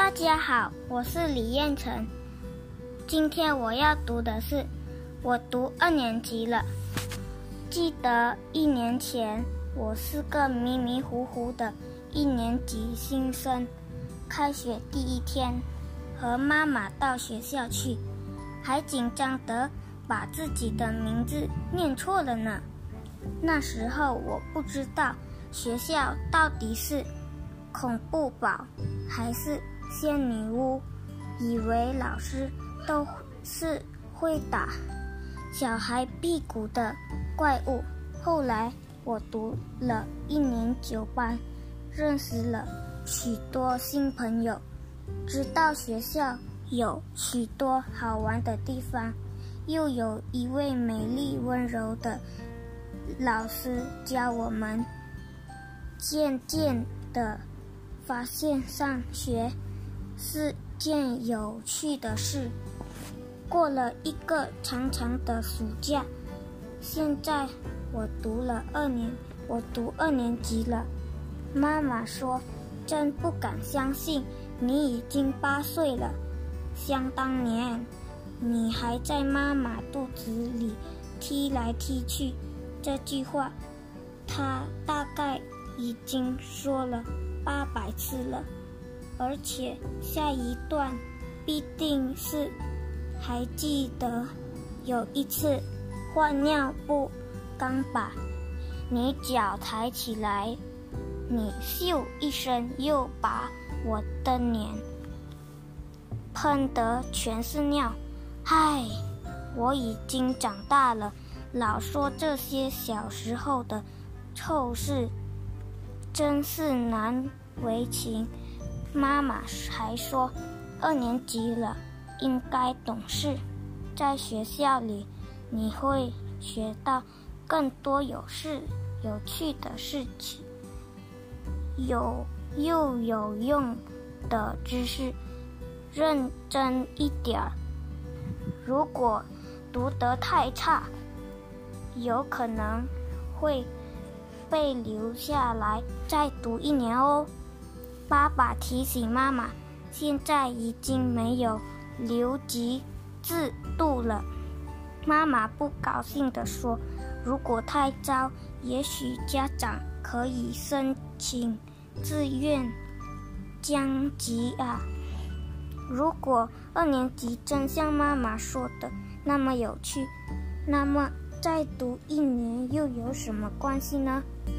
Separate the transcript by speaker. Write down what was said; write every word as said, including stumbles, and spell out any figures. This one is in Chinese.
Speaker 1: 大家好，我是李彦成。今天我要读的是，我读二年级了。记得一年前，我是个迷迷糊糊的一年级新生。开学第一天，和妈妈到学校去，还紧张得把自己的名字念错了呢。那时候我不知道学校到底是恐怖堡还是仙女屋，以为老师都是会打小孩屁股的怪物。后来我读了一年九班，认识了许多新朋友，知道学校有许多好玩的地方，又有一位美丽温柔的老师教我们。渐渐的发现上学是件有趣的事。过了一个长长的暑假，现在我读了二年，我读二年级了。妈妈说，真不敢相信你已经八岁了。想当年，你还在妈妈肚子里踢来踢去。这句话，她大概已经说了八百次了，而且下一段必定是还记得有一次换尿布，刚把你脚抬起来，你咻一声又把我的脸喷得全是尿。唉，我已经长大了，老说这些小时候的臭事，真是难为情。妈妈还说，二年级了，应该懂事。在学校里，你会学到更多有事、有趣的事情，有又有用的知识。认真一点儿，如果读得太差，有可能会被留下来再读一年哦。爸爸提醒妈妈，现在已经没有留级制度了。妈妈不高兴地说，如果太糟，也许家长可以申请自愿降级啊。如果二年级真像妈妈说的那么有趣，那么再读一年又有什么关系呢？